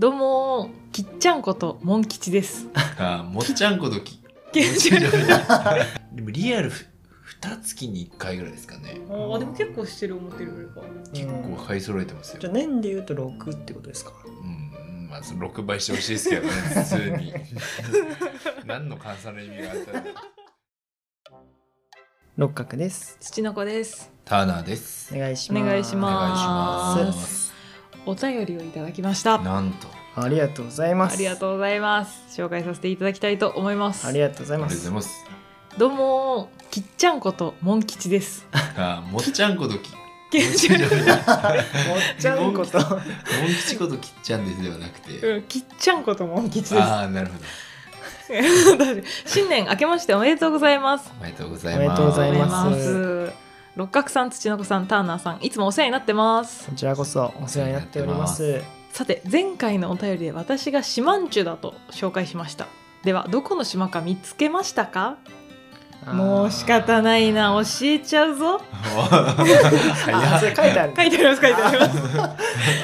どうもきっちゃんことモン吉です。 もっちゃんことききっちゃんでもリアル2月に1回ぐらいですかね。 あでも結構してる思ってるぐらいか。 結構買い揃えてますよ。 じゃあ年で言うと6ってことですか。 まあその6倍してほしいですけどね普通に何の換算の意味があったら。 六角です。 土の子です。 ターナーです。 お願いします。 お願いします。 お願いします。 お便りをいただきました。 なんとありがとうございます。 ありがとうございます。紹介させていただきたいと思います。 ありがとうございまありがとうございす。 ます。 どうもきっちゃんことモン吉です。 もっちゃんことききっちゃんもっちゃんことモン吉こときっちゃんですではなくて、 きっちゃんことモン吉です。 ああなるほど。 新年明けましておめでとうございます。 おめでとうございます。 おめでとうございますおめでとうございます。六角さん、土の子さん、ターナーさん、いつもお世話になってます。 こちらこそお世話になっております。 さて、前回のお便りで私がシマンチュだと紹介しました。ではどこの島か見つけましたか？もう仕方ないな、教えちゃうぞ。 あ、それ書いてある。 書いてあります、書いてあります。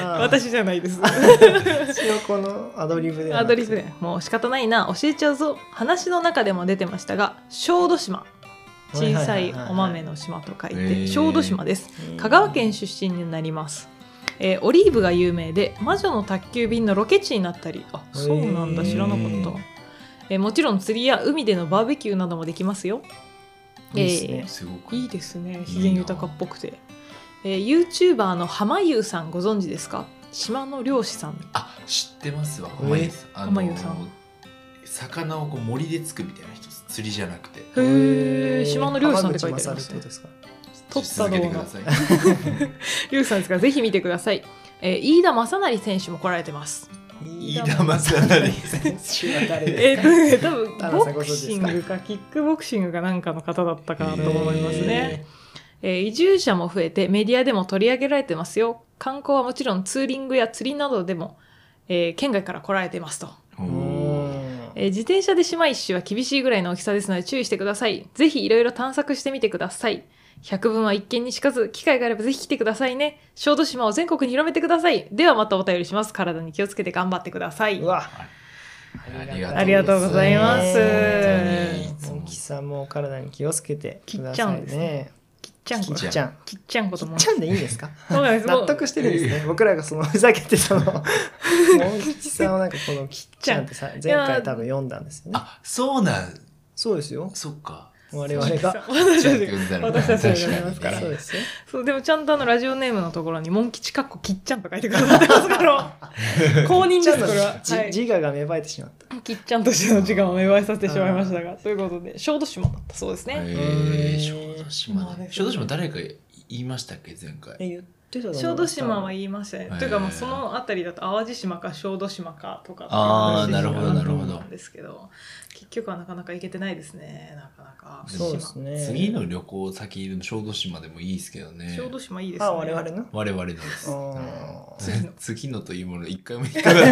私じゃないです。 このアドリブで。 アドリブでもう仕方ないな、教えちゃうぞ。話の中でも出てましたが、小豆島、小さいお豆の島と書いて小豆島です。香川県出身になります。オリーブが有名で魔女の宅急便のロケ地になったり、あ、そうなんだ、知らなかった。もちろん釣りや海でのバーベキューなどもできますよ。 いいですね。 すごくいいですね、自然豊かっぽくて。YouTuber の浜優さんご存知ですか？島の漁師さん。 あ、知ってますわ。浜優さん。 浜優さん。 魚をこう森でつくみたいな人、釣りじゃなくて。 へえ、島の漁師さんって書いてありますね。 撮った動画。 漁師さんですからぜひ見てください。飯田正成選手も来られてます。 飯田正成選手は誰ですか？ 多分ボクシングかキックボクシングかなんかの方だったかなと思いますね。移住者も増えてメディアでも取り上げられてますよ。観光はもちろんツーリングや釣りなどでも、県外から来られてますと。自転車で島一周は厳しいぐらいの大きさですので注意してください。ぜひいろいろ探索してみてください。百聞は一見にしかず、機会があればぜひ来てくださいね。小豆島を全国に広めてください。ではまたお便りします。体に気をつけて頑張ってください。 うわ、 ありがとうございます。 モンキさんも体に気をつけてくださいね。 きっちゃんこときっちゃん。 きっちゃんこときっちゃんでいいんですか？ そうなんです。 納得してるんですね。僕らがそのふざけてモン吉さんをなんかこのきっちゃんってさ、前回多分読んだんですよね。 あ、そうなん。 そうですよ。 そっか。 我々が私たちが読みますから。 そうですよ。 そう、でもちゃんとラジオネームのところにモン吉かっこきっちゃんと書いてくださってますから公認です、これは。 自我が芽生えてしまった。 きっちゃんとしての自我を芽生えさせてしまいましたが、ということで小豆島だったそうですね。 小豆島ね。小豆島誰か言いましたっけ前回？ 言ってた。 小豆島は言いましたね。というかそのあたりだと淡路島か小豆島かとかっていう話なるほどなるほどなんですけど、結局はなかなか行けてないですね。なかなか。 そうですね。 次の旅行先小豆島でもいいですけどね。 小豆島いいですね。 あ、我々の？ 我々のです。次のというもの一回も行ったことない。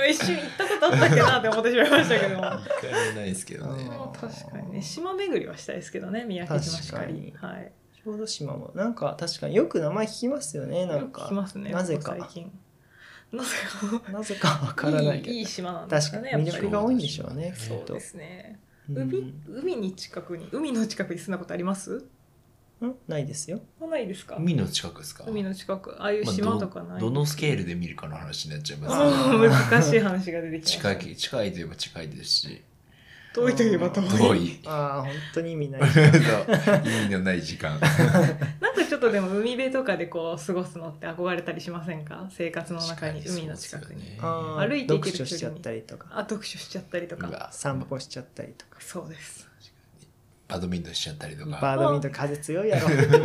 一瞬行ったことあったっけなって思ってしまいましたけど。 一回もないですけどね。 確かにね、島巡りはしたいですけどね、宮城島しかり。はい。 小豆島もなんか確かによく名前聞きますよね。なんか聞きますね。 なぜか最近。 なぜかわからないけど。 いい島なんですかね。 確かに魅力が多いんでしょうね。 そうですね。海の近くに住んだことあります？ ないですよ。 ないですか？ 海の近くですか？ 海の近く、ああいう島とかない？ どのスケールで見るかの話になっちゃいますね。難しい話が出てきました。 近いといえば近いですし、 遠いといえば遠い。 ああ、本当に意味ない。 意味のない時間。 なんかちょっとでも海辺とかでこう過ごすのって憧れたりしませんか？生活の中に海の近くに歩いていける距離に読書しちゃったりとか。 読書しちゃったりとか。 散歩しちゃったりとか。 そうです。 バドミントンしちゃったりとか。 バドミントン風強いやろ。なるほど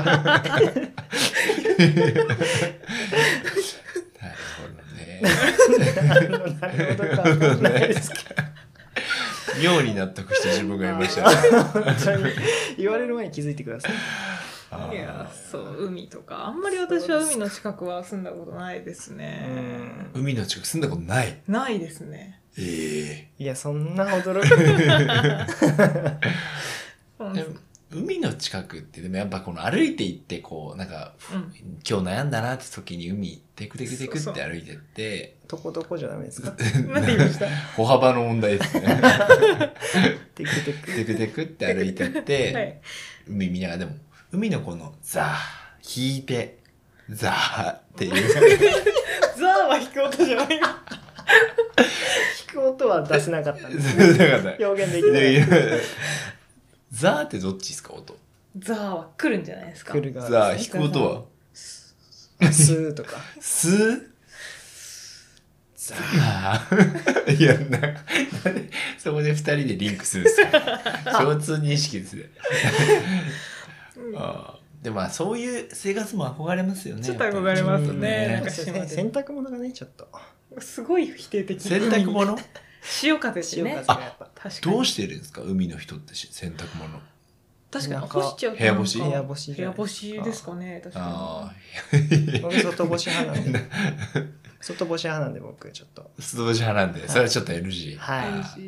ね。 なるほどか分かんないですか。 妙に納得して自分がいました。 本当に言われる前に気づいてください。 いや、そう海とかあんまり私は海の近くは住んだことないですね。 海の近く住んだことない。 ないですね。 いやそんな驚く。 海の近くってでもやっぱこの歩いて行ってこうなんか、今日悩んだなって時に海テクテクテクって歩いてってとことこじゃダメですか。 なんて言いました？ 歩幅の問題ですね。 テクテク。 テクテクって歩いてって、 はい。 海見ながらでも海のこのザー引いてザーっていうザーは弾く音じゃないよ。 聞く音は出せなかったんですね。表現できない。 ザーってどっちですか音？ ザーは来るんじゃないですか。 来る側ザー引く音はスーとか。 スーザーいやそこで二人でリンクするんですよ。共通認識ですね。でもまあそういう生活も憧れますよね。 ちょっと憧れますね。なんか洗濯物がねちょっとすごい否定的。 洗濯物？ 潮風ってね。 潮風がやっぱ確かに。 どうしてるんですか海の人って洗濯物？ 確かに干しちゃうと部屋干し？ 部屋干し。 部屋干しですかね。確かに。僕外干し派なんで。外干し派なんで僕ちょっと。 外干し派なんで、それはちょっと NG。 はい。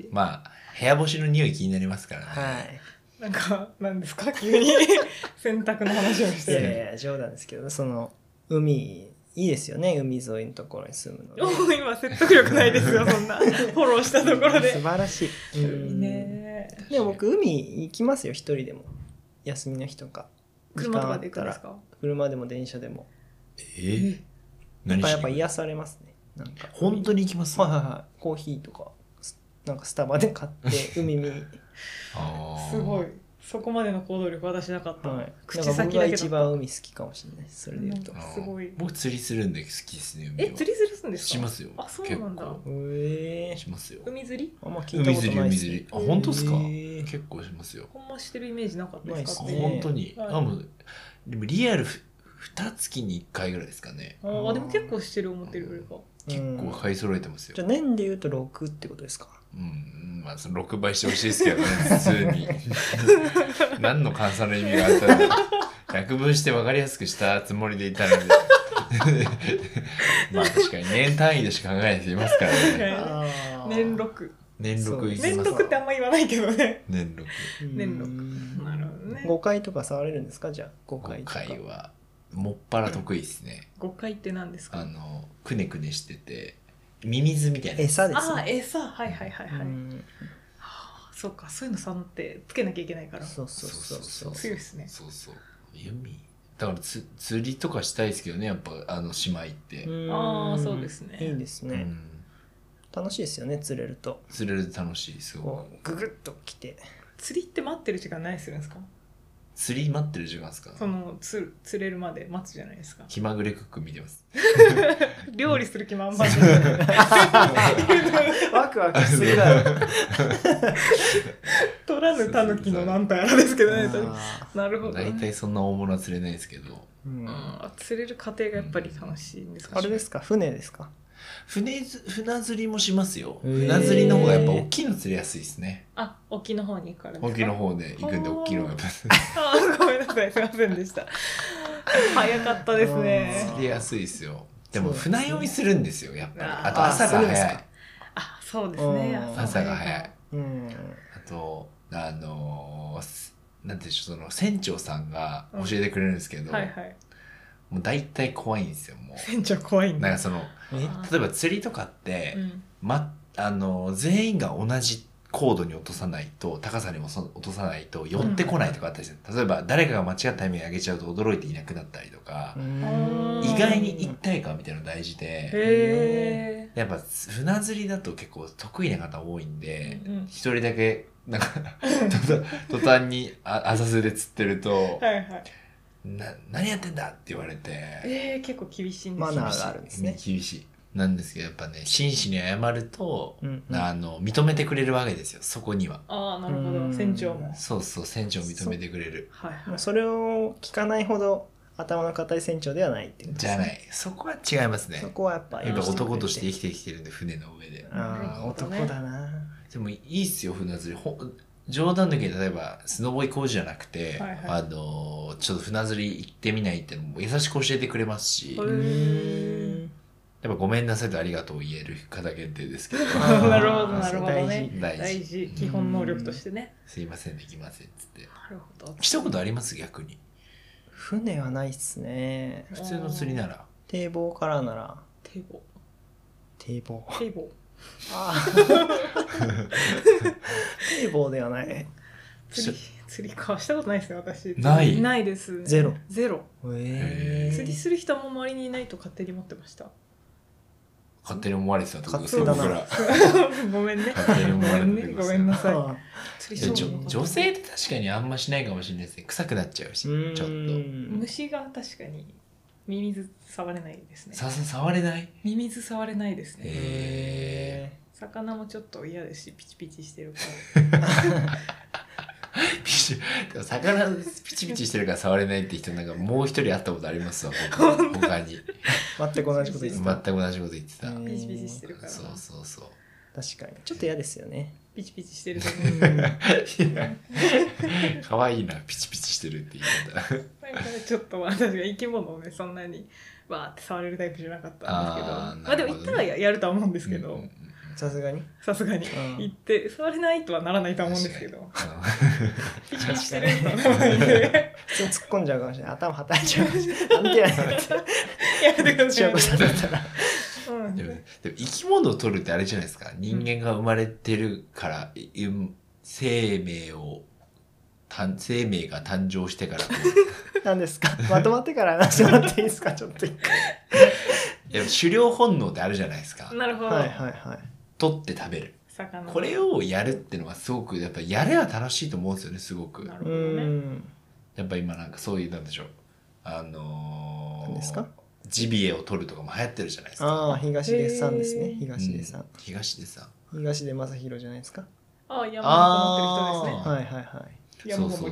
まあ部屋干しの匂い気になりますからね。 はい。 なんかなんですか急に洗濯の話をして。 いやいや冗談ですけど、その海いいですよね、海沿いのところに住むの、 ね。今説得力ないですよそんなフォローしたところで。 素晴らしい。 いいね。 でも僕海行きますよ一人でも。休みの日とか。 車とかで行くんですか？ 車でも電車でも。 何やっぱ癒されますね。なんか本当に行きます？ はいはいはい。コーヒーとかなんかスタバで買って海見。 すごい。そこまでの行動力私なかった。 はい、 口先だけだった。 僕が一番海好きかもしれない。それで言うと。 すごい。 僕釣りするんで好きですね。 釣りするんですか？ しますよ。 あ、そうなんだ。 しますよ。 海釣り？ あんま聞いたことないです。 海釣り。あ、本当ですか？結構しますよ。 ほんましてるイメージなかったですか？ 本当に。でもリアル2月に1回ぐらいですかね。 あ、でも結構してる思ってるよりか。 結構買い揃えてますよ。 じゃあ年で言うと6ってことですか？ まあその6倍してほしいですけどね、普通に。何の換算の意味があったのか。約分して分かりやすくしたつもりでいたので。まあ確かに年単位でしか考えない人いますからね。 年6。 年6いきます。 年6ってあんま言わないけどね。 年6。 年6。なるほどね。 5回とか触れるんですか？じゃあ5回とか。 5回はもっぱら得意ですね。 5回って何ですか？ くねくねしててミミズみたいな餌ですね。 あ、餌。はいはいはいはい。そうか、そういうの触ってつけなきゃいけないから。 そうそうそう。 強いですね。 そうそう。弓だから釣りとかしたいですけどね、やっぱ姉妹って。 ああ、そうですね。 いいですね。楽しいですよね、釣れると。 釣れると楽しいですよ。 ググッと来て。 釣りって待ってる時間ないするんですか？ 釣り待ってる時間ですか？ 釣れるまで待つじゃないですか。 気まぐれクック見てます。 料理する気満々で。 ワクワクするだろ。 取らぬタヌキのなんとやらですけどね。なるほど。 大体そんな大物は釣れないですけど。 釣れる過程がやっぱり楽しいんですか？ あれですか？船ですか？ 船釣りもしますよ。船釣りの方がやっぱ大きいの釣れやすいですね。 あ、沖の方に行くからですか？ 沖の方で行くんで大きいのがやっぱごめんなさい、すいませんでした。早かったですね。 釣りやすいですよ。でも船酔いするんですよ、やっぱり。あと朝が早い。 あ、そうですね。 朝が早い。あとなんていうんでしょう、その船長さんが教えてくれるんですけど、もう大体怖いんですよ。もう船長怖いんだ。 なんか例えば釣りとかって、全員が同じ高度に落とさないと、高さにも落とさないと寄ってこないとかあったりする。例えば誰かが間違ったタイミングで上げちゃうと驚いていなくなったりとか、意外に一体感みたいなの大事で、やっぱ船釣りだと結構得意な方多いんで、一人だけなんか途端に浅瀬で釣ってると何やってんだって言われて、 結構厳しいんです。 マナーがあるんですね。 厳しいなんですけど、やっぱね、真摯に謝ると、認めてくれるわけですよ、そこには。 ああ、なるほど。船長も。 そうそう、船長も認めてくれる。 それを聞かないほど頭の固い船長ではないっていうことですね。 じゃない。そこは違いますね。 そこはやっぱ男として生きてきてるんで、船の上で。 ああ、男だな。 でもいいっすよ、船釣り。冗談抜きに例えばスノボ行こうじゃなくて、ちょっと船釣り行ってみないってのも優しく教えてくれますし、 やっぱごめんなさいとありがとうを言える方限定ですけどなるほどなるほどね。 大事大事基本能力としてね。 すいませんできませんっつって。 なるほど。 したことあります逆に。 船はないっすね。 普通の釣りなら。 堤防からなら。 堤防。 堤防。 堤防。 あ堤防ではない。 釣りかしたことないですね私。 ないです、ね。 ゼロ。 釣りする人も周りにいないと勝手に思ってました。 勝手に思われてたってことです勝手だな。 ごめんね。 勝手に思われてるごめんなさい。 女性って確かにあんましないかもしれないですね。臭くなっちゃうし、ちょっと。 虫が確かにミミズ触れないですね。 触れない？ ミミズ触れないですね。 魚もちょっと嫌ですし、ピチピチしてるから。 でも魚ピチピチしてるから触れないって人なんかもう一人会ったことありますわ他に。 全く同じこと言ってた。 全く同じこと言ってた。 ピチピチしてるから。 そうそうそう。 確かにちょっと嫌ですよね。 ピチピチしてると可愛いなピチピチしてるって言い方。 なんかちょっと私が生き物をねそんなにわーって触れるタイプじゃなかったんですけど、まあでも行ったらやるとは思うんですけど、 さすがに行って触れないとはならないとは思うんですけど、ピチピチしてるとはならないんで普通に突っ込んじゃうかもしれない。頭はたいちゃうかもしれない。なんてやねんってやめてください。 千代子さんだったらでも生き物を取るってあれじゃないですか。人間が生まれてるから、生命が誕生してから何ですか。まとまってから話してもらっていいですか。ちょっと一回。 いや狩猟本能ってあるじゃないですか。 なるほど。 はいはいはい。 取って食べる。これをやるっていうのはすごくやっぱやれば楽しいと思うんですよねすごく。 なるほどね。 やっぱ今なんかそういうなんでしょう。 何ですか。 ジビエを取るとかも流行ってるじゃないですか。 ああ東出さんですね。東出さん。 東出さん。 東出正宏じゃないですか。 ああ山にこもってる人ですね。 はいはいはい。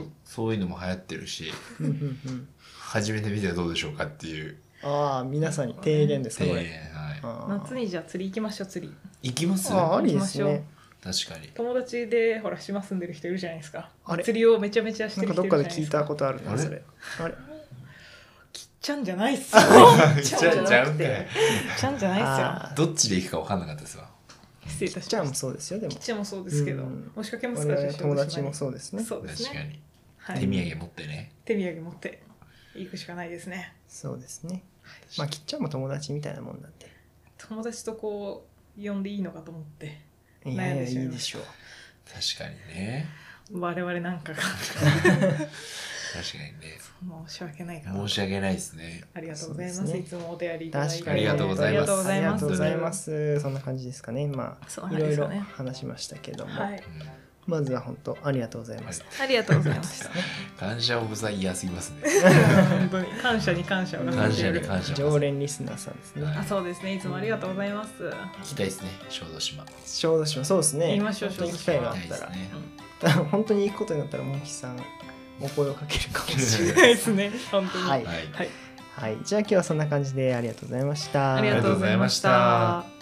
そういうのも流行ってるし初めて見てはどうでしょうかっていう。 ああ皆さんに提言ですかこれ。 夏にじゃあ釣り行きましょう。釣り行きます。 ありですね。 確かに友達でほら島住んでる人いるじゃないですか。 あれ釣りをめちゃめちゃしてる人いるじゃないですか。 なんかどっかで聞いたことあるなそれ。あれきっちゃんじゃないっすよ。 ちゃんじゃんね。 ちゃんじゃないっすよ。 どっちで行くか分かんなかったですわ。 失礼いたしました。 きっちゃんもそうですよでも。 きっちゃんもそうですけど。もしかけますか。 友達もそうですね。 そうですね。 確かに。手土産持ってね。 手土産持って行くしかないですね。 そうですね。まあきっちゃんも友達みたいなもんなんで。 友達とこう呼んでいいのかと思って悩んでしまいました。 いいでしょう。確かにね。 我々なんかが確かにね。 申し訳ないかな。 申し訳ないですね。 ありがとうございます。いつもお手ありいただいて。 ありがとうございます。 ありがとうございます。そんな感じですかね。まあいろいろ話しましたけども。まずは本当ありがとうございます。 ありがとうございました。 感謝をござい嫌すぎますね。 本当に感謝に感謝を。 感謝に感謝。 常連リスナーさんですね。 あ、そうですね。いつもありがとうございます。 行きたいですね。小豆島。 小豆島そうですね。 言いましょう。 機会があったら、本当に行くことになったらモンキさんお声をかけるかもしれないですね。本当に。 はい。はい。じゃあ今日はそんな感じでありがとうございました。 ありがとうございました。